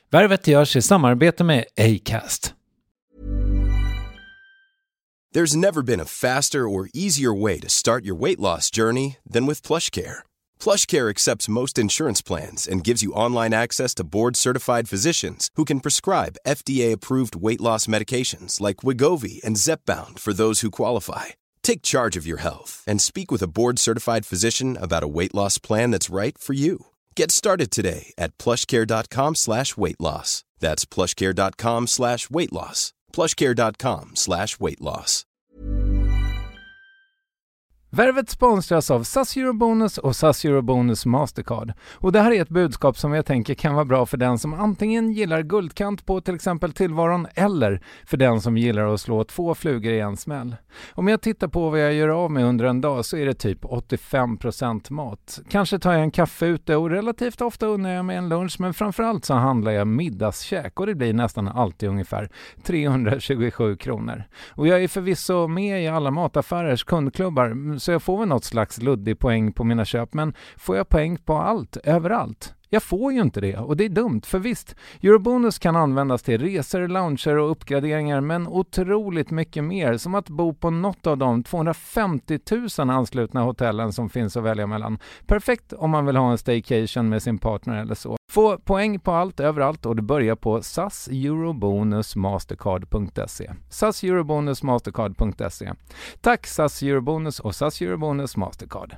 Värvet görs i samarbete med Acast. There's never been a faster or easier way to start your weight loss journey than with PlushCare. PlushCare accepts most insurance plans and gives you online access to board-certified physicians who can prescribe FDA-approved weight loss medications like Wegovy and Zepbound for those who qualify. Take charge of your health and speak with a board-certified physician about a weight loss plan that's right for you. Get started today at plushcare.com/weightloss. That's plushcare.com/weightloss. plushcare.com/weightloss. Värvet sponsras av SAS Eurobonus och SAS Eurobonus Mastercard. Och det här är ett budskap som jag tänker kan vara bra för den som antingen gillar guldkant på till exempel tillvaron eller för den som gillar att slå 2 flugor i en smäll. Om jag tittar på vad jag gör av med under en dag så är det typ 85% mat. Kanske tar jag en kaffe ute och relativt ofta unnar jag mig en lunch, men framförallt så handlar jag middagskäk och det blir nästan alltid ungefär 327 kronor. Och jag är förvisso med i alla mataffärers kundklubbar så jag får väl något slags luddig poäng på mina köp, men får jag poäng på allt, överallt? Jag får ju inte det och det är dumt, för visst, Eurobonus kan användas till resor, lounger och uppgraderingar, men otroligt mycket mer, som att bo på något av de 250 000 anslutna hotellen som finns att välja mellan. Perfekt om man vill ha en staycation med sin partner eller så. Få poäng på allt, överallt, och det börjar på saseurobonusmastercard.se. saseurobonusmastercard.se. Tack SAS Eurobonus och SAS Eurobonus Mastercard.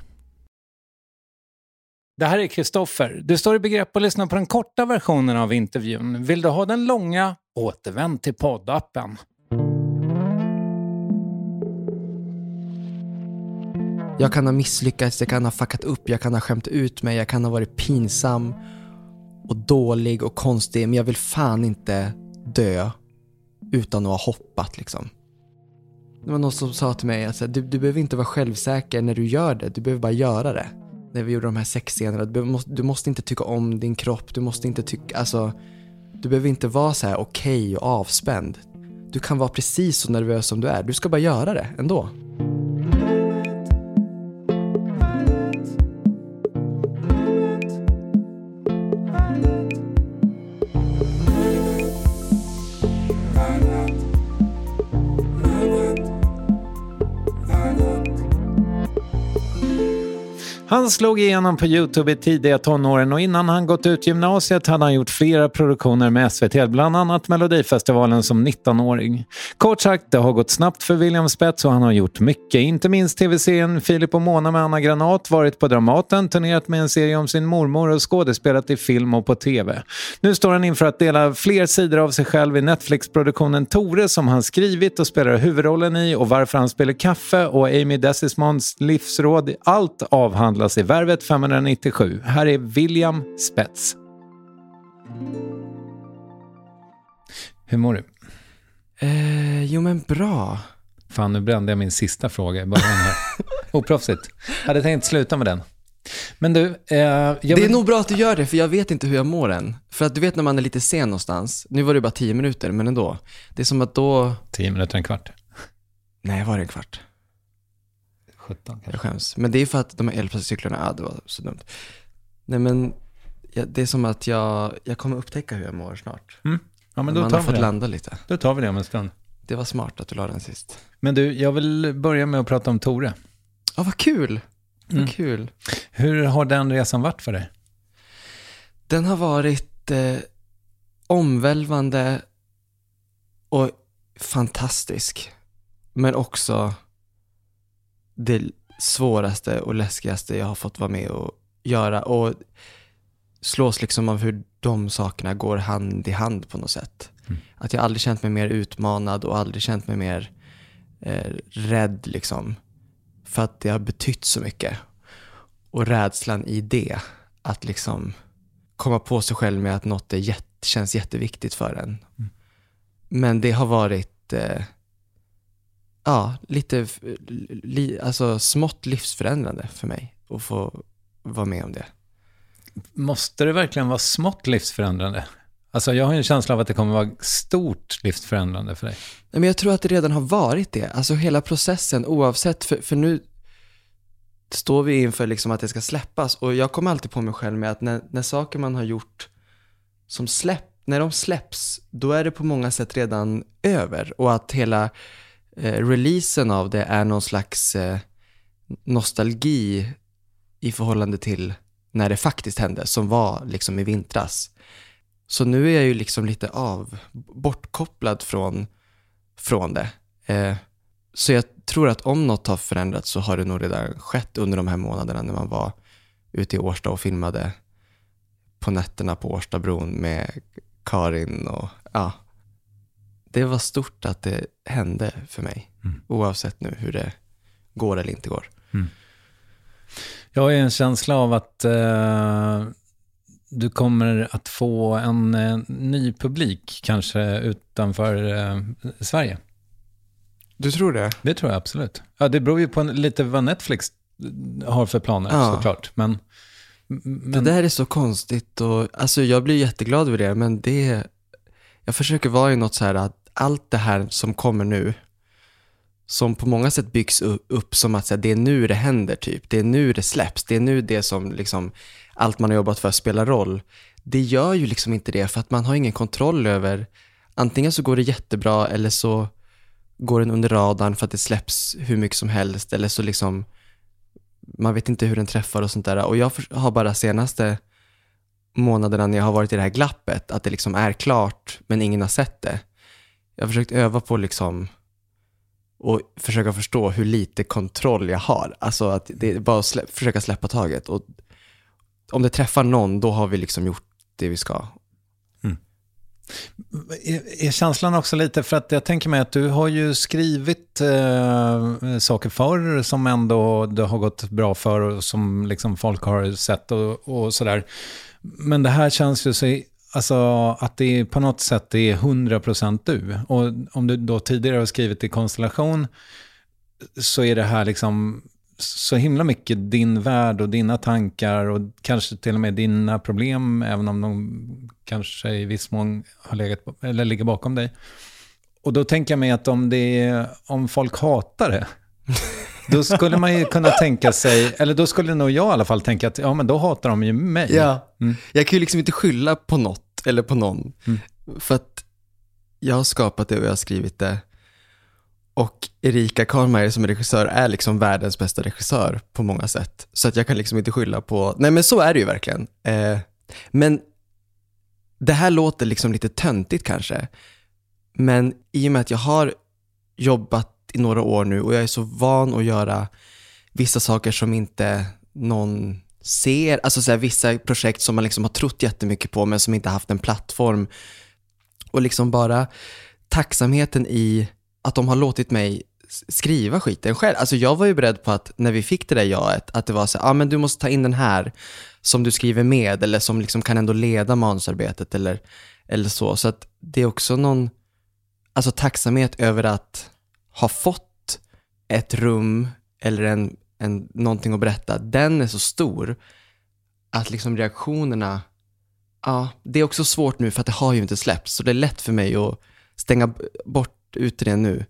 Det här är Kristoffer. Du står i begrepp att lyssna på den korta versionen av intervjun. Vill du ha den långa? Återvänd till poddappen. Jag kan ha misslyckats, jag kan ha fuckat upp, jag kan ha skämt ut mig, jag kan ha varit pinsam och dålig och konstig, men jag vill fan inte dö utan att ha hoppat liksom. Det var någon som sa till mig att du behöver inte vara självsäker när du gör det, du behöver bara göra det. När vi gjorde de här sexscenerna, du måste inte tycka om din kropp, du måste inte tycka, alltså, du behöver inte vara så här okej och avspänd. Du kan vara precis så nervös som du är, du ska bara göra det ändå. Han slog igenom på YouTube i tidiga tonåren och innan han gått ut gymnasiet hade han gjort flera produktioner med SVT, bland annat Melodifestivalen som 19-åring. Kort sagt, det har gått snabbt för William Spets och han har gjort mycket. Inte minst tv-serien Filip och Mona med Anna Granat, varit på Dramaten, turnerat med en serie om sin mormor och skådespelat i film och på tv. Nu står han inför att dela fler sidor av sig själv i Netflix-produktionen Tore som han skrivit och spelar huvudrollen i, och varför han spelar kaffe och Amy Desismonds livsråd. Allt avhandlas i Värvet 597. Här är William Spets. Hur mår du? Jo men bra. Fan, nu brände jag min sista fråga i början här. Oproffsigt. Hade tänkt sluta med den. Men du, det är nog bra att du gör det, för jag vet inte hur jag mår än. För att du vet när man är lite sen någonstans. Nu var det bara 10 minuter, men ändå. Det är som att då... 10 minuter, en kvart. Nej, var det en kvart? 17 kanske. Jag skäms. Men det är för att de här elcyklarna, det var så dumt. Nej men, det är som att jag kommer upptäcka hur jag mår snart. Mm. Ja, men då man tar har fått det. Landa lite. Då tar vi det om en stund. Det var smart att du la den sist. Men du, jag vill börja med att prata om Tore. Ja, vad kul. Vad kul. Hur har den resan varit för dig? Den har varit omvälvande och fantastisk. Men också det svåraste och läskigaste jag har fått vara med och göra. Och slås liksom av hur de sakerna går hand i hand på något sätt. Mm. Att jag aldrig känt mig mer utmanad och aldrig känt mig mer rädd liksom. För att det har betytt så mycket. Och rädslan i det. Att liksom komma på sig själv med att något känns jätteviktigt för en. Mm. Men det har varit alltså smått livsförändrande för mig. Att få vara med om det. Måste det verkligen vara smått livsförändrande? Alltså jag har en känsla av att det kommer vara stort livsförändrande för dig. Men jag tror att det redan har varit det. Alltså hela processen, oavsett. För nu står vi inför liksom att det ska släppas. Och jag kommer alltid på mig själv med att när saker man har gjort som när de släpps, då är det på många sätt redan över. Och att hela releasen av det är någon slags nostalgi i förhållande till när det faktiskt hände, som var liksom i vintras. Så nu är jag ju liksom lite bortkopplad från det. Så jag tror att om något har förändrats så har det nog redan skett under de här månaderna när man var ute i Årsta och filmade på nätterna på Årstabron med Karin. Och ja, det var stort att det hände för mig, oavsett nu hur det går eller inte går. Jag har en känsla av att du kommer att få en ny publik kanske utanför Sverige. Du tror det? Det tror jag absolut. Ja, det beror ju på lite vad Netflix har för planer, såklart. Men det där är så konstigt och alltså jag blir jätteglad över det, men jag försöker vara i något så här att allt det här som kommer nu, som på många sätt byggs upp som att det är nu det händer typ, det är nu det släpps, det är nu det som liksom allt man har jobbat för spelar roll. Det gör ju liksom inte det, för att man har ingen kontroll över, antingen så går det jättebra eller så går den under radarn för att det släpps hur mycket som helst, eller så liksom man vet inte hur den träffar och sånt där. Och jag har bara senaste månaderna när jag har varit i det här glappet, att det liksom är klart men ingen har sett det. Jag har försökt öva på liksom och försöka förstå hur lite kontroll jag har. Alltså att det är bara att försöka släppa taget, och om det träffar någon, då har vi liksom gjort det vi ska. Är känslan också lite, för att jag tänker mig att du har ju skrivit saker förr som ändå det har gått bra för och som liksom folk har sett och sådär. Men det här känns ju så, alltså, att det är på något sätt är 100% du. Och om du då tidigare har skrivit i konstellation, så är det här liksom så himla mycket din värld och dina tankar och kanske till och med dina problem, även om de kanske i viss mån har ligger bakom dig. Och då tänker jag mig att om folk hatar det, då skulle man ju kunna tänka sig, eller då skulle nog jag i alla fall tänka att ja, men då hatar de ju mig. Ja, jag kan ju liksom inte skylla på något eller på någon. För att jag har skapat det och jag har skrivit det. Och Erika Karlmeier som regissör är liksom världens bästa regissör på många sätt. Så att jag kan liksom inte skylla på... Nej, men så är det ju verkligen. Men det här låter liksom lite töntigt kanske. Men i och med att jag har jobbat i några år nu och jag är så van att göra vissa saker som inte någon ser. Alltså så här, vissa projekt som man liksom har trott jättemycket på men som inte haft en plattform. Och liksom bara tacksamheten i att de har låtit mig skriva skiten själv. Alltså jag var ju beredd på att när vi fick det där jaet, att det var så, men du måste ta in den här som du skriver med, eller som liksom kan ändå leda manusarbetet eller så. Så att det är också någon, alltså tacksamhet över att ha fått ett rum eller någonting att berätta. Den är så stor att liksom reaktionerna, ja, det är också svårt nu för att det har ju inte släppts, så det är lätt för mig att stänga bort ut det nu.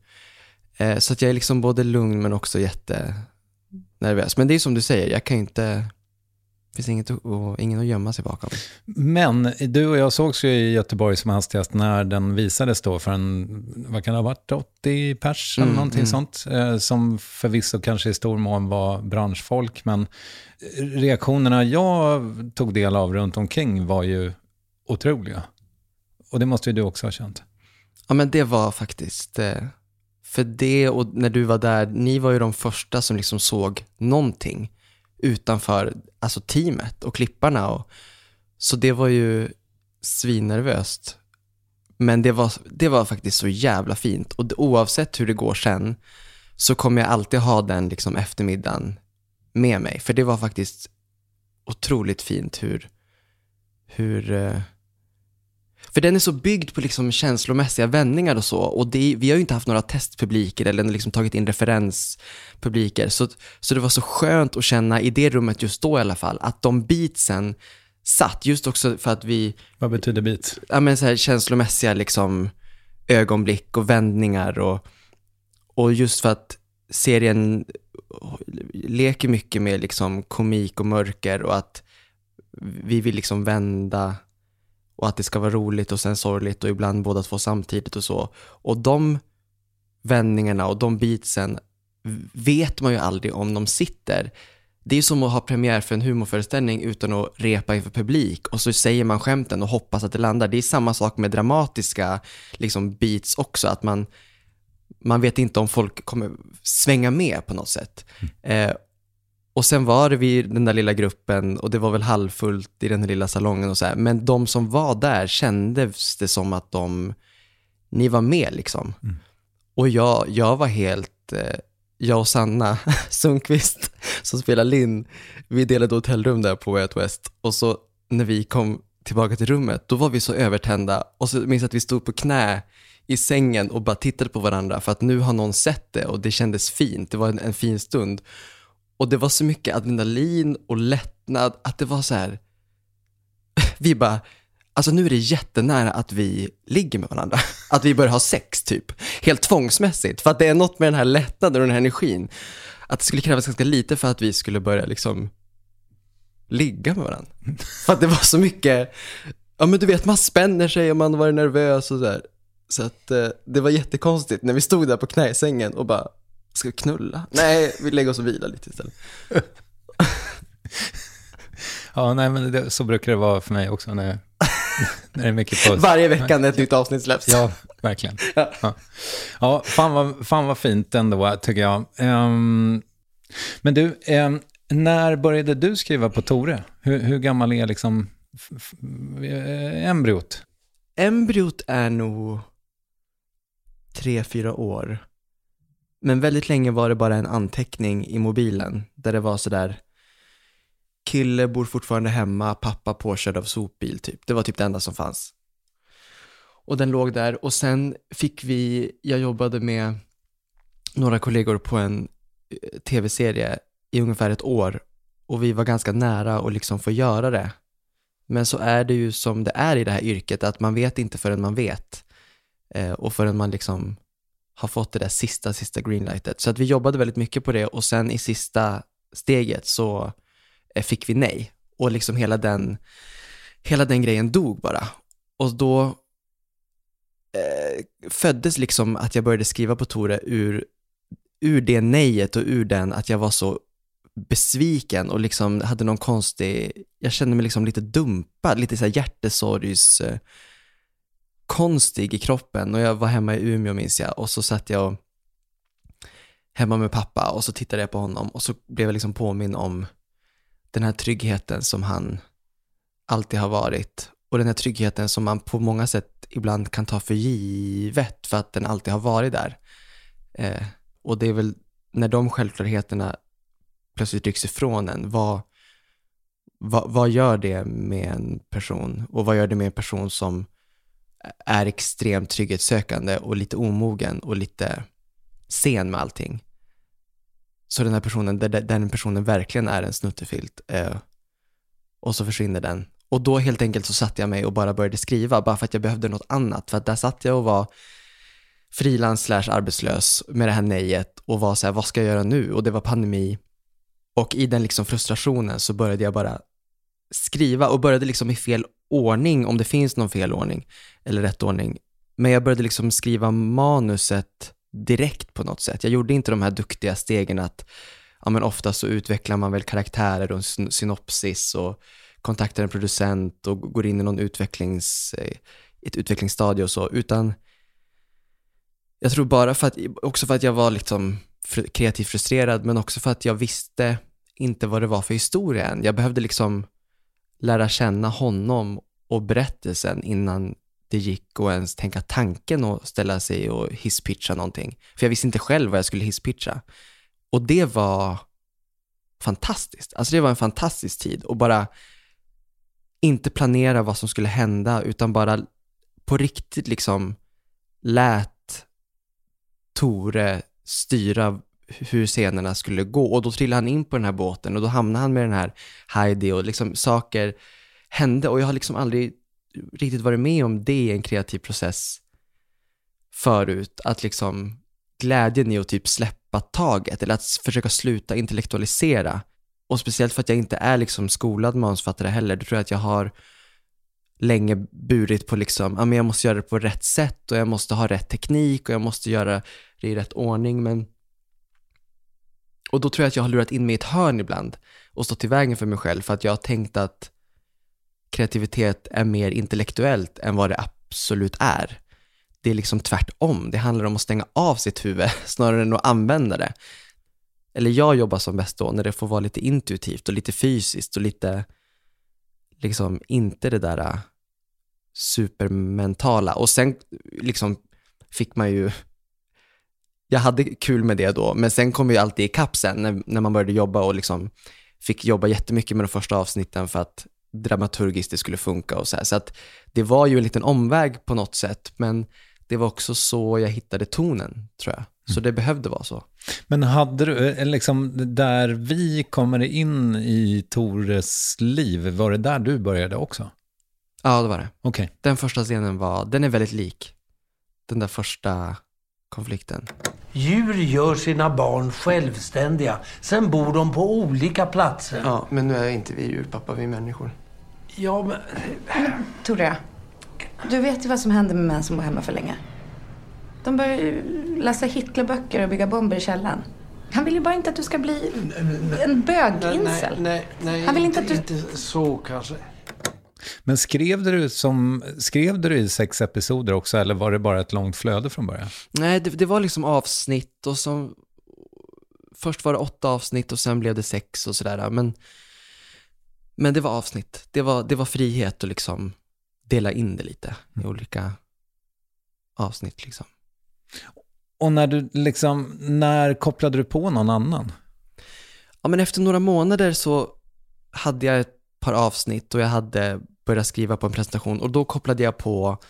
Så att jag är liksom både lugn men också jättenervös. Men det är som du säger, jag kan inte, det finns ingen att gömma sig bakom. Men du och jag sågs ju i Göteborg som hastigast när den visades då för vad kan det ha varit, 80 pers eller någonting sånt, som förvisso kanske i stor mån var branschfolk, men reaktionerna jag tog del av runt omkring var ju otroliga. Och det måste ju du också ha känt. Ja, men det var faktiskt, för det, och när du var där, ni var ju de första som liksom såg någonting utanför, alltså teamet och klipparna, så det var ju svinnervöst. Men det var faktiskt så jävla fint, och oavsett hur det går sen så kommer jag alltid ha den liksom eftermiddagen med mig, för det var faktiskt otroligt fint hur för den är så byggd på liksom känslomässiga vändningar och så. Och vi har ju inte haft några testpubliker eller liksom tagit in referenspubliker. Så det var så skönt att känna i det rummet just då i alla fall, att de beatsen satt just också för att vi... Vad betyder beat? Ja, men så här känslomässiga liksom ögonblick och vändningar. Och just för att serien leker mycket med liksom komik och mörker, och att vi vill liksom vända och att det ska vara roligt och sen sorgligt och ibland båda två samtidigt och så. Och de vändningarna och de beatsen vet man ju aldrig om de sitter. Det är som att ha premiär för en humorföreställning utan att repa inför publik, och så säger man skämten och hoppas att det landar. Det är samma sak med dramatiska liksom beats också, att man vet inte om folk kommer svänga med på något sätt. Och sen var det vi den där lilla gruppen, och det var väl halvfullt i den här lilla salongen och så här. Men de som var där kändes det som att ni var med liksom. Och jag var helt, jag och Sanna Sundqvist som spelar Linn, vi delade hotellrum där på Way Out West. Och så när vi kom tillbaka till rummet, då var vi så övertända. Och så minns jag att vi stod på knä i sängen och bara tittade på varandra för att nu har någon sett det, och det kändes fint. Det var en fin stund. Och det var så mycket adrenalin och lättnad att det var så här, vi bara, alltså nu är det jättenära att vi ligger med varandra. Att vi börjar ha sex typ. Helt tvångsmässigt. För att det är något med den här lättnaden och den här energin. Att det skulle krävas ganska lite för att vi skulle börja liksom ligga med varandra. För att det var så mycket, ja men du vet, man spänner sig och man var nervös och så där. Så att det var jättekonstigt när vi stod där på knä i sängen och bara, ska vi knulla? Nej, vi lägger oss och vila lite istället. Ja, nej, men så brukar det vara för mig också när det är mycket puss. Varje vecka när ett nytt avsnitt släpps. Ja, verkligen. Ja, fan vad fint ändå, tycker jag. Men du, när började du skriva på Tore? Hur gammal är liksom embryot? Embryot är nog 3-4 år. Men väldigt länge var det bara en anteckning i mobilen där det var så där: kille bor fortfarande hemma, pappa påkörd av sopbil typ. Det var typ det enda som fanns. Och den låg där, och sen jag jobbade med några kollegor på en tv-serie i ungefär 1 år, och vi var ganska nära att liksom få göra det. Men så är det ju som det är i det här yrket, att man vet inte förrän man vet. Och förrän man liksom har fått det där sista greenlightet. Så att vi jobbade väldigt mycket på det, och sen i sista steget så fick vi nej. Och liksom hela den grejen dog bara. Och då föddes liksom att jag började skriva på Tore ur det nejet, och ur den att jag var så besviken och liksom hade någon jag kände mig liksom lite dumpad, lite så här hjärtesorgs konstig i kroppen. Och jag var hemma i Umeå, minns jag, och så satt jag hemma med pappa, och så tittade jag på honom, och så blev jag liksom påminn om den här tryggheten som han alltid har varit, och den här tryggheten som man på många sätt ibland kan ta för givet för att den alltid har varit där. Och det är väl när de självklarheterna plötsligt rycks ifrån en, vad gör det med en person, och vad gör det med en person som är extremt trygghetssökande och lite omogen och lite sen med allting. Så den här personen, den personen verkligen är en snuttefilt, och så försvinner den. Och då helt enkelt så satt jag mig och bara började skriva, bara för att jag behövde något annat. För att där satt jag och var frilans/arbetslös med det här nejet och var så här, vad ska jag göra nu? Och det var pandemi. Och i den liksom frustrationen så började jag bara skriva, och började liksom i fel ordning, om det finns någon fel ordning eller rätt ordning. Men jag började liksom skriva manuset direkt på något sätt. Jag gjorde inte de här duktiga stegen att, ja men ofta så utvecklar man väl karaktärer och synopsis och kontaktar en producent och går in i någon ett utvecklingsstadie och så, utan jag tror bara också för att jag var liksom kreativt frustrerad, men också för att jag visste inte vad det var för historia än. Jag behövde liksom lära känna honom och berättelsen innan det gick att ens tänka tanken och ställa sig och hisspitcha någonting. För jag visste inte själv vad jag skulle hisspitcha. Och det var fantastiskt. Alltså det var en fantastisk tid. Och bara inte planera vad som skulle hända, utan bara på riktigt liksom lät Tore styra hur scenerna skulle gå. Och då trillade han in på den här båten, och då hamnade han med den här Heidi, och liksom saker hände. Och jag har liksom aldrig riktigt varit med om det i en kreativ process förut, att liksom glädjen i att typ släppa taget, eller att försöka sluta intellektualisera. Och speciellt för att jag inte är liksom skolad manusförfattare heller, då tror jag att jag har länge burit på liksom, ja men jag måste göra det på rätt sätt och jag måste ha rätt teknik och jag måste göra det i rätt ordning, och då tror jag att jag har lurat in mig i ett hörn ibland och stått i vägen för mig själv, för att jag har tänkt att kreativitet är mer intellektuellt än vad det absolut är. Det är liksom tvärtom. Det handlar om att stänga av sitt huvud snarare än att använda det. Eller jag jobbar som bäst då när det får vara lite intuitivt och lite fysiskt och lite liksom inte det där supermentala. Och sen liksom fick man ju, jag hade kul med det då, men sen kom ju alltid i kapp sen när man började jobba och liksom fick jobba jättemycket med de första avsnitten för att dramaturgiskt det skulle funka och så här. Så att det var ju en liten omväg på något sätt, men det var också så jag hittade tonen, tror jag. Så det behövde vara så. Men hade du, liksom där vi kommer in i Tores liv, var det där du började också? Ja, det var det. Okej. Den första scenen den är väldigt lik den där första konflikten. Djur gör sina barn självständiga. Sen bor de på olika platser. Ja, men nu är inte vi djur, pappa, vi är människor. Ja, men... Tore, du vet ju vad som händer med män som bor hemma för länge. De börjar läsa Hitlerböcker och bygga bomber i källaren. Han vill ju bara inte att du ska bli en böginsel. Nej, Han vill inte att du... inte så kanske. Men skrev du i 6 episoder också, eller var det bara ett långt flöde från början? Nej, det var liksom avsnitt och som först var det 8 avsnitt och sen blev det 6 och sådär. Men det var avsnitt. Det var frihet att liksom dela in det lite i olika avsnitt liksom. Och när kopplade du på någon annan? Ja, men efter några månader så hade jag ett par avsnitt och jag hade börjat skriva på en presentation och då kopplade jag på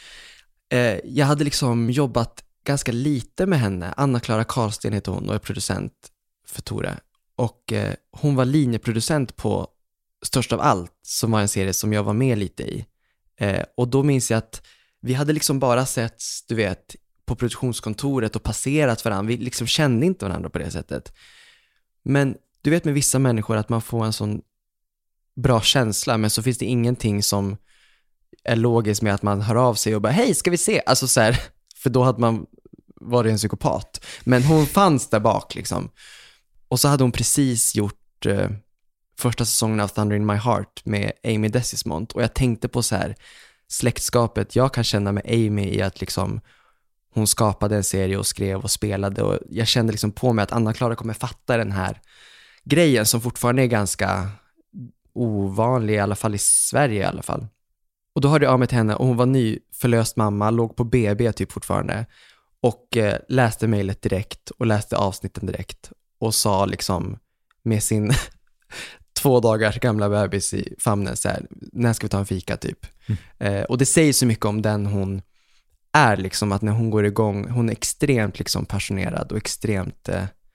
jag hade liksom jobbat ganska lite med henne. Anna-Klara Karlsten heter hon och är producent för Tore, och hon var linjeproducent på Störst av allt, som var en serie som jag var med lite i, och då minns jag att vi hade liksom bara sett, du vet, på produktionskontoret och passerat varandra. Vi liksom kände inte varandra på det sättet, men du vet med vissa människor att man får en sån bra känsla, men så finns det ingenting som är logiskt med att man hör av sig och bara hej, ska vi se? Alltså så här, för då hade man varit en psykopat. Men hon fanns där bak liksom. Och så hade hon precis gjort första säsongen av Thunder in My Heart med Amy Desismond, och jag tänkte på så här släktskapet jag kan känna med Amy i att liksom hon skapade en serie och skrev och spelade, och jag kände liksom på mig att Anna-Klara kommer fatta den här grejen som fortfarande är ganska ovanlig, i alla fall i Sverige i alla fall. Och då hörde jag av mig till henne och hon var nyförlöst mamma, låg på BB typ fortfarande, och läste mejlet direkt och läste avsnitten direkt och sa liksom med sin 2 dagar gamla bebis i famnen så här, när ska vi ta en fika typ. Och det säger så mycket om den hon är liksom, att när hon går igång, hon är extremt liksom passionerad och extremt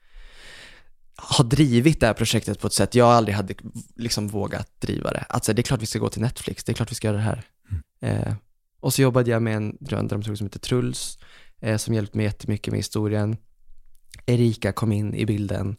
har drivit det här projektet på ett sätt jag aldrig hade liksom vågat driva det. Alltså det är klart vi ska gå till Netflix, det är klart vi ska göra det här. Och så jobbade jag med en dramaturg som heter Truls, som hjälpte mig jättemycket med historien. Erika kom in i bilden.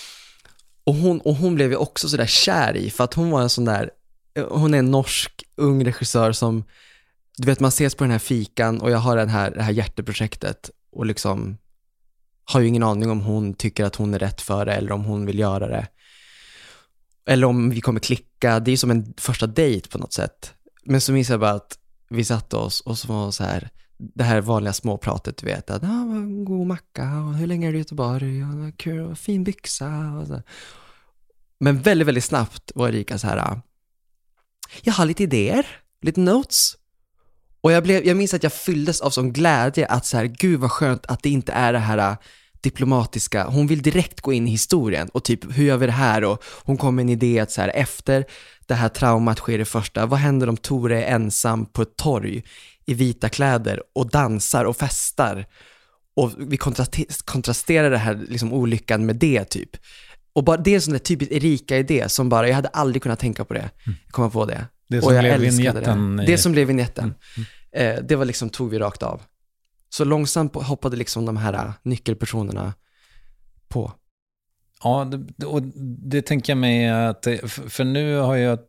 Och hon blev ju också så där kär i, för att hon var en sån där, hon är en norsk ung regissör som, du vet, man ses på den här fikan och jag har det här hjärteprojektet och liksom har ju ingen aning om hon tycker att hon är rätt för det eller om hon vill göra det. Eller om vi kommer klicka. Det är som en första dejt på något sätt. Men så minns jag bara att vi satte oss och så var så här, det här vanliga småpratet, du vet, att god macka och hur länge är du i Göteborg och kul och fin byxa och så. Men väldigt, väldigt snabbt var Erika så här, jag har lite idéer, lite notes. Och jag minns att jag fylldes av sån glädje att så här, gud vad skönt att det inte är det här diplomatiska. Hon vill direkt gå in i historien och typ, hur gör vi det här? Och hon kom med en idé att så här, efter det här traumat sker det första, vad händer om Tore är ensam på ett torg i vita kläder och dansar och festar? Och vi kontrasterar det här liksom olyckan med det typ. Och bara det är en sån där typiskt Erika-idé som bara, jag hade aldrig kunnat tänka på det. Jag kommer på det. Det som blev vignetten. Det som blev vignetten. Det var liksom, tog vi rakt av. Så långsamt hoppade liksom de här nyckelpersonerna på. Ja, och det tänker jag mig att, för nu har jag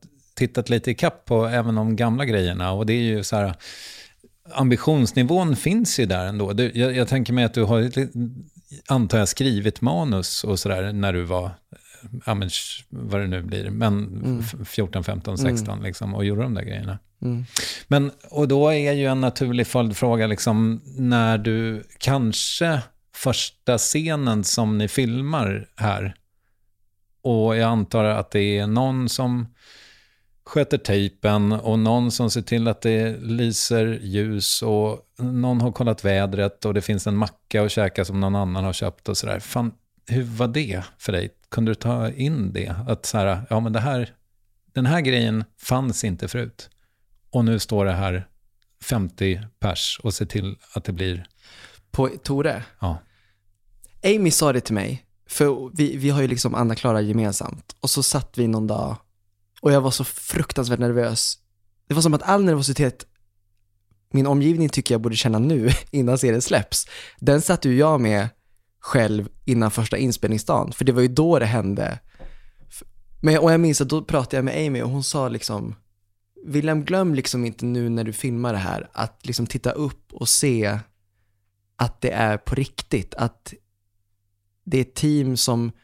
tittat lite i kapp på även de gamla grejerna, och det är ju så här, ambitionsnivån finns ju där ändå. Jag tänker mig att du har, antar jag, skrivit manus och sådär när du var, ja men vad det nu blir, men 14, 15, 16 liksom, och gjorde de där grejerna. Men, och då är ju en naturlig följdfråga liksom, när du kanske första scenen som ni filmar här, och jag antar att det är någon som sköter tejpen och någon som ser till att det lyser ljus och någon har kollat vädret och det finns en macka att käka som någon annan har köpt och sådär. Fan, hur var det för dig? Kunde du ta in det? Att så här, ja men den här grejen fanns inte förut. Och nu står det här 50 pers och ser till att det blir... På Tore? Ja. Amy sa det till mig, för vi har ju liksom Anna-Klara gemensamt. Och så satt vi någon dag och jag var så fruktansvärt nervös. Det var som att all nervositet min omgivning tycker jag borde känna nu innan serien släpps. Den satt ju jag med själv innan första inspelningsdagen. För det var ju då det hände. Och jag minns att då pratade jag med Amy och hon sa liksom, William, glöm liksom inte nu när du filmar det här att liksom titta upp och se att det är på riktigt. Att det är ett team som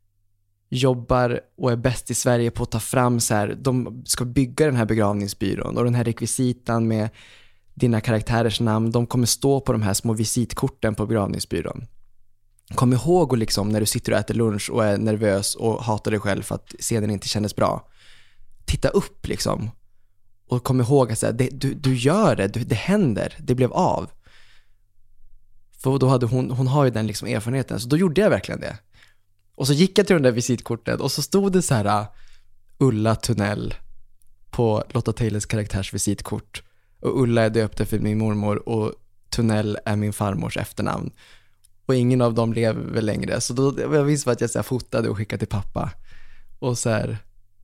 jobbar och är bäst i Sverige på att ta fram så här, de ska bygga den här begravningsbyrån och den här rekvisitan med dina karaktärers namn, de kommer stå på de här små visitkorten på begravningsbyrån. Kom ihåg och liksom, när du sitter och äter lunch och är nervös och hatar dig själv för att scenen inte kändes bra, titta upp liksom och kom ihåg att så här, du gör det, det händer, det blev av. För då hade hon har ju den liksom erfarenheten, så då gjorde jag verkligen det. Och så gick jag till den där visitkorten och så stod det så här Ulla Tunnell på Lotta Taylors karaktärs visitkort. Och Ulla är döpt efter min mormor och Tunnell är min farmors efternamn. Och ingen av dem lever väl längre. Så då, jag visste att jag så här fotade och skickade till pappa. Och så här,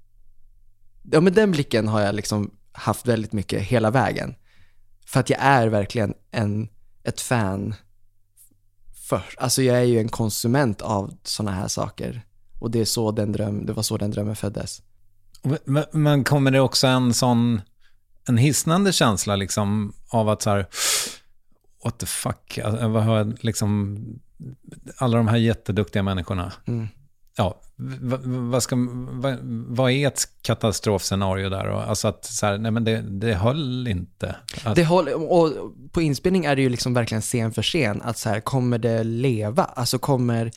ja men den blicken har jag liksom haft väldigt mycket hela vägen. För att jag är verkligen ett fan. Alltså jag är ju en konsument av såna här saker. Och det var så den drömmen föddes. Men kommer det också en hisnande känsla liksom av att så här, what the fuck, vad har liksom alla de här jätteduktiga människorna. Ja, vad är ett katastrofscenario där? Alltså att så här, nej men det höll inte. Det håller, och på inspelning är det ju liksom verkligen scen för scen att så här, kommer det leva? Alltså kommer,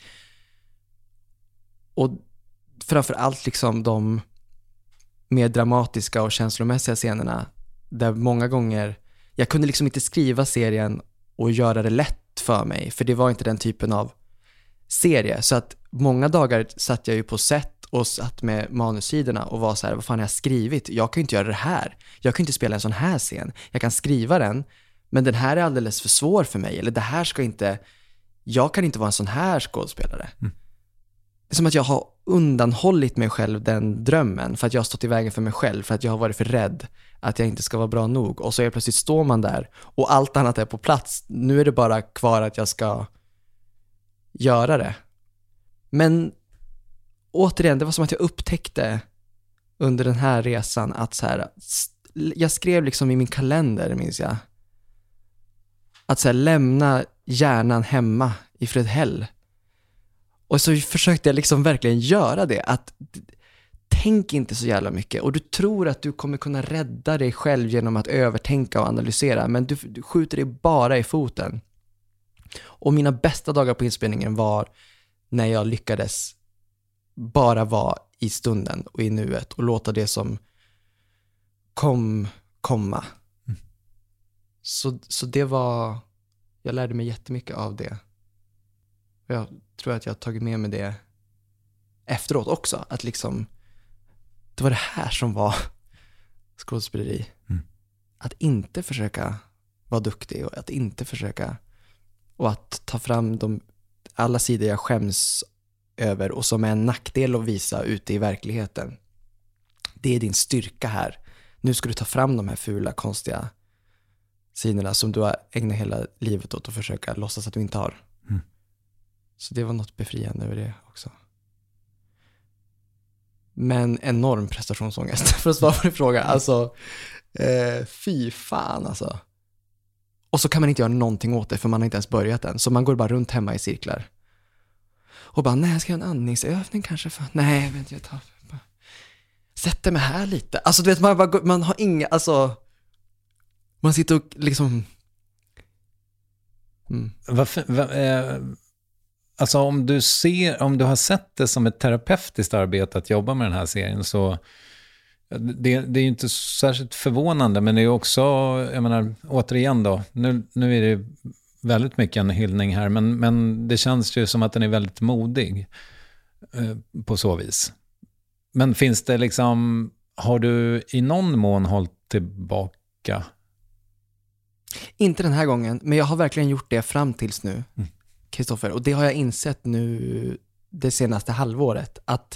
och framförallt liksom de mer dramatiska och känslomässiga scenerna där många gånger jag kunde liksom inte skriva serien och göra det lätt för mig, för det var inte den typen av serie. Så att många dagar satt jag ju på set och satt med manussidorna och var så här, vad fan har jag skrivit? Jag kan ju inte göra det här. Jag kan inte spela en sån här scen. Jag kan skriva den, men den här är alldeles för svår för mig. Eller det här ska inte, jag kan inte vara en sån här skådespelare. Det är som att jag har undanhållit mig själv den drömmen för att jag har stått i vägen för mig själv, för att jag har varit för rädd att jag inte ska vara bra nog. Och så är plötsligt står man där och allt annat är på plats. Nu är det bara kvar att jag ska göra det. Men återigen, det var som att jag upptäckte under den här resan att så här, jag skrev liksom i min kalender, minns jag, att så här, lämna hjärnan hemma i Fredhäll. Och så försökte jag liksom verkligen göra det, att tänk inte så jävla mycket, och du tror att du kommer kunna rädda dig själv genom att övertänka och analysera, men du skjuter dig bara i foten. Och mina bästa dagar på inspelningen var när jag lyckades bara vara i stunden och i nuet och låta det som komma. Så det var, jag lärde mig jättemycket av det. Jag tror att jag har tagit med mig det efteråt också, att liksom det var det här som var skådespeleri. Att inte försöka vara duktig och att inte försöka, och att ta fram alla sidor jag skäms över och som är en nackdel att visa ute i verkligheten. Det är din styrka här. Nu ska du ta fram de här fula, konstiga sidorna som du har ägnat hela livet åt att försöka låtsas att du inte har. Så det var något befriande över det också. Men enorm prestationsångest för att svara på din fråga. Alltså, fy fan alltså. Och så kan man inte göra någonting åt det för man har inte ens börjat än. Så man går bara runt hemma i cirklar. Och bara, nej jag ska göra en andningsövning kanske. Nej, jag vet inte, jag tar... Sätter mig här lite. Alltså du vet, man har inga, alltså... Man sitter och liksom... Alltså om du har sett det som ett terapeutiskt arbete att jobba med den här serien, så det är ju inte särskilt förvånande, men det är också, jag menar, återigen då, nu är det väldigt mycket en hyllning här, men det känns ju som att den är väldigt modig på så vis. Men finns det liksom, har du i någon mån hållit tillbaka? Inte den här gången, men jag har verkligen gjort det fram tills nu, Kristoffer. Och det har jag insett nu det senaste halvåret. Att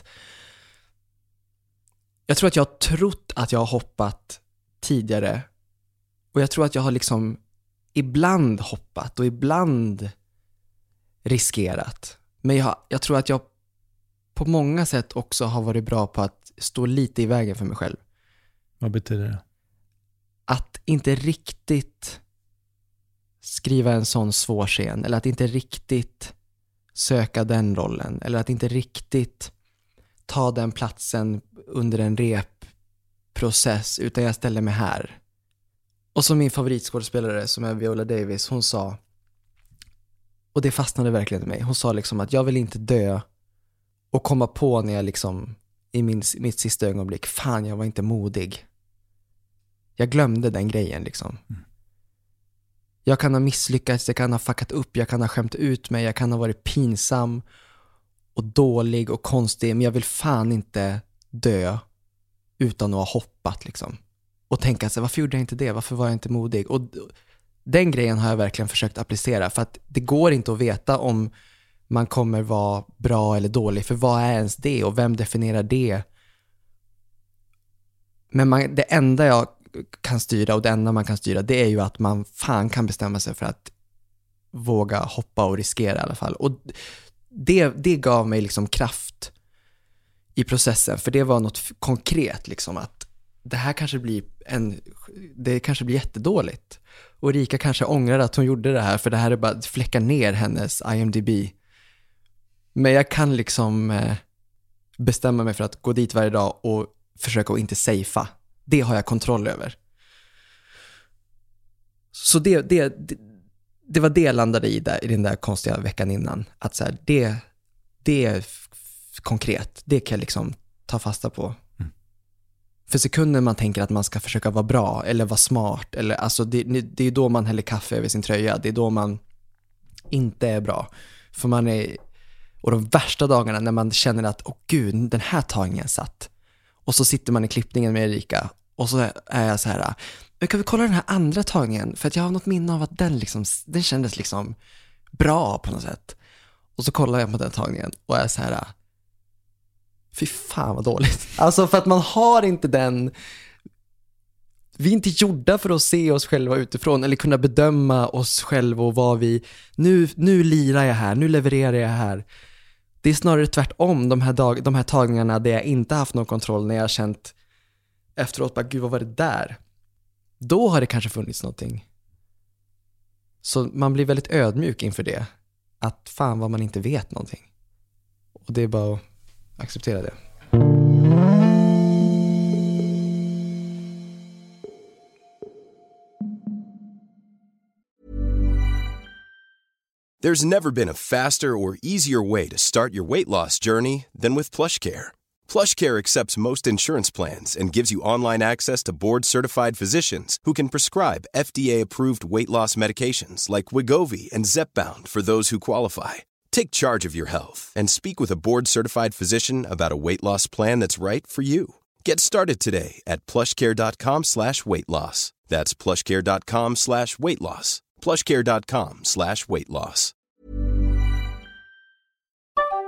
jag tror att jag har trott att jag har hoppat tidigare. Och jag tror att jag har liksom ibland hoppat och ibland riskerat. Men jag tror att jag på många sätt också har varit bra på att stå lite i vägen för mig själv. Vad betyder det? Att inte riktigt skriva en sån svår scen, eller att inte riktigt söka den rollen, eller att inte riktigt ta den platsen under en repprocess, utan jag ställer mig här. Och som min favoritskådespelare som är Viola Davis, hon sa, och det fastnade verkligen i mig, hon sa liksom att jag vill inte dö och komma på när jag liksom i mitt sista ögonblick, fan jag var inte modig. Jag glömde den grejen liksom. Jag kan ha misslyckats, jag kan ha fuckat upp, jag kan ha skämt ut mig, jag kan ha varit pinsam och dålig och konstig, men jag vill fan inte dö utan att ha hoppat liksom. Och tänka sig, varför gjorde jag inte det? Varför var jag inte modig? Och den grejen har jag verkligen försökt applicera, för att det går inte att veta om man kommer vara bra eller dålig, för vad är ens det och vem definierar det? Men det enda jag kan styra, och det enda man kan styra, det är ju att man fan kan bestämma sig för att våga hoppa och riskera i alla fall. Och det gav mig liksom kraft i processen, för det var något konkret liksom, att det här kanske blir det kanske blir jättedåligt. Och Rika kanske ångrar att hon gjorde det här, för det här är bara att fläcka ner hennes IMDb. Men jag kan liksom bestämma mig för att gå dit varje dag och försöka att inte safea. Det har jag kontroll över. Så det var det jag landade i den där konstiga veckan innan. Att så här, det är konkret. Det kan jag liksom ta fasta på. För sekunden man tänker att man ska försöka vara bra eller vara smart, eller, alltså det är då man häller kaffe över sin tröja. Det är då man inte är bra. För man är... Och de värsta dagarna när man känner att åh gud, den här tagningen satt. Och så sitter man i klippningen med Erika och så är jag så här, kan vi kolla den här andra tagningen? För att jag har något minne av att den kändes liksom bra på något sätt. Och så kollar jag på den tagningen och är så här, fy fan vad dåligt. Alltså för att man har inte den... Vi är inte gjorda för att se oss själva utifrån eller kunna bedöma oss själva och vad vi... Nu lirar jag här, nu levererar jag här. Det är snarare tvärtom, de här tagningarna där jag inte haft någon kontroll, när jag har känt efteråt, bara gud vad var det där? Då har det kanske funnits någonting. Så man blir väldigt ödmjuk inför det. Att fan vad man inte vet någonting. Och det är bara att acceptera det. There's never been a faster or easier way to start your weight loss journey than with PlushCare. PlushCare accepts most insurance plans and gives you online access to board-certified physicians who can prescribe FDA-approved weight loss medications like Wegovy and Zepbound for those who qualify. Take charge of your health and speak with a board-certified physician about a weight loss plan that's right for you. Get started today at plushcare.com/weightloss. That's plushcare.com/weightloss. plushcare.com/weightloss.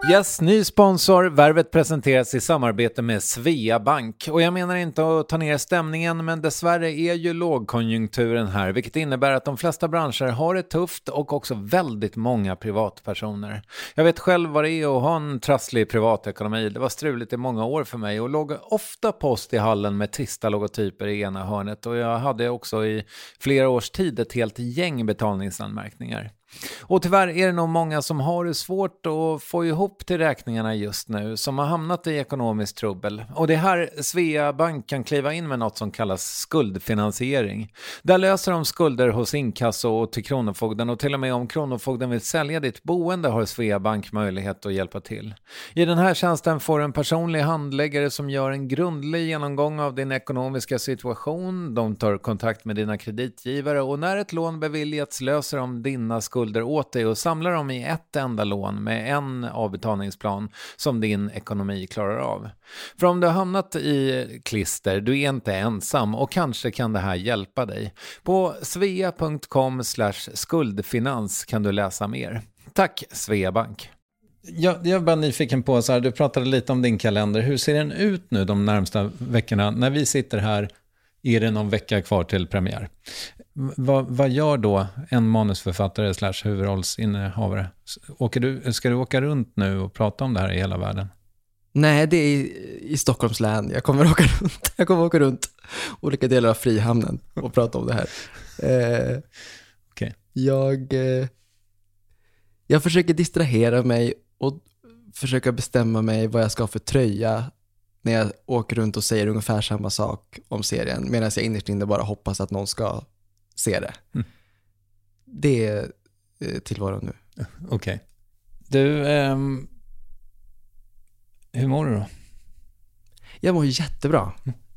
Yes, ny sponsor. Värvet presenteras i samarbete med Svea Bank. Och jag menar inte att ta ner stämningen, men dessvärre är ju lågkonjunkturen här, vilket innebär att de flesta branscher har det tufft och också väldigt många privatpersoner. Jag vet själv vad det är att ha en trasslig privatekonomi. Det var struligt i många år för mig och låg ofta post i hallen med trista logotyper i ena hörnet. Och jag hade också i flera års tid ett helt gäng betalningsanmärkningar. Och tyvärr är det nog många som har det svårt att få ihop till räkningarna just nu, som har hamnat i ekonomisk trubbel. Och det här Svea Bank kan kliva in med något som kallas skuldfinansiering. Där löser de skulder hos inkasso och till Kronofogden, och till och med om Kronofogden vill sälja ditt boende har Svea Bank möjlighet att hjälpa till. I den här tjänsten får en personlig handläggare som gör en grundlig genomgång av din ekonomiska situation. De tar kontakt med dina kreditgivare och när ett lån beviljats löser de dina skulder åt dig och samlar dem i ett enda lån med en avbetalningsplan som din ekonomi klarar av. För om du har hamnat i klister, du är inte ensam och kanske kan det här hjälpa dig. På svea.com/skuldfinans kan du läsa mer. Tack Svea Bank. Jag är bara nyfiken på, så här, du pratade lite om din kalender. Hur ser den ut nu de närmsta veckorna? När vi sitter här är det någon vecka kvar till premiär. Vad gör då en manusförfattare / huvudrollsinnehavare? Ska du åka runt nu och prata om det här i hela världen? Nej, det är i Stockholms län. Jag kommer åka runt olika delar av Frihamnen och prata om det här. Okay. Jag försöker distrahera mig och försöka bestämma mig vad jag ska ha för tröja när jag åker runt och säger ungefär samma sak om serien, medan jag innerst inne bara hoppas att någon ska se det. Mm. Det är tillvaron nu. Okej. Du, hur mår du då? Jag mår jättebra.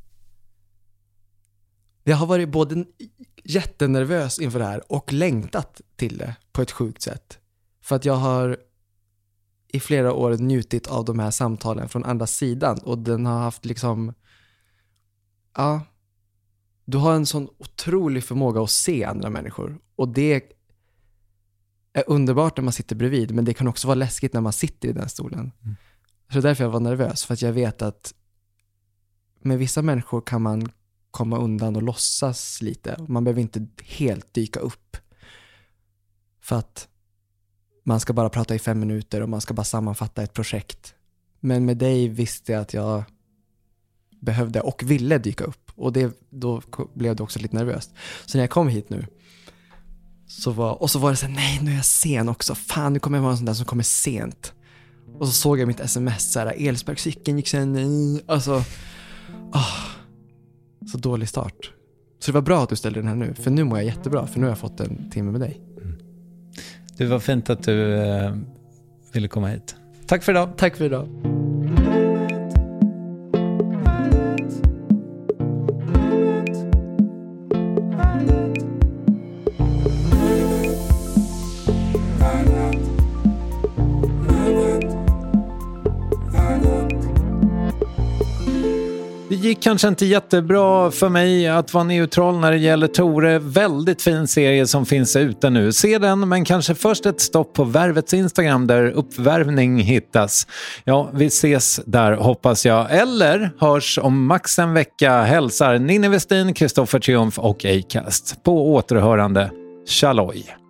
Jag har varit både jättenervös inför det här och längtat till det på ett sjukt sätt. För att jag har i flera år njutit av de här samtalen från andra sidan, och den har haft liksom, ja, du har en sån otrolig förmåga att se andra människor, och det är underbart när man sitter bredvid, men det kan också vara läskigt när man sitter i den stolen. Så därför jag var nervös, för att jag vet att med vissa människor kan man komma undan och låtsas lite. Man behöver inte helt dyka upp, för att man ska bara prata i 5 minuter och man ska bara sammanfatta ett projekt. Men med dig visste jag att jag behövde och ville dyka upp. Och då blev det också lite nervöst. Så när jag kom hit nu så var det så här, nej, nu är jag sen också. Fan, nu kommer jag vara en sån där som kommer sent. Och så såg jag mitt sms så här, Elsbergscykeln gick sen. Alltså, så dålig start. Så det var bra att du ställde den här nu. För nu mår jag jättebra, för nu har jag fått en timme med dig. Det var fint att du ville komma hit. Tack för idag. Tack för idag. Det gick kanske inte jättebra för mig att vara neutral när det gäller Tore. Väldigt fin serie som finns ute nu. Se den, men kanske först ett stopp på Värvets Instagram där uppvärvning hittas. Ja, vi ses där hoppas jag. Eller hörs om max en vecka. Hälsar Ninni Westin, Kristoffer Triumf och Acast. På återhörande. Tjalloj!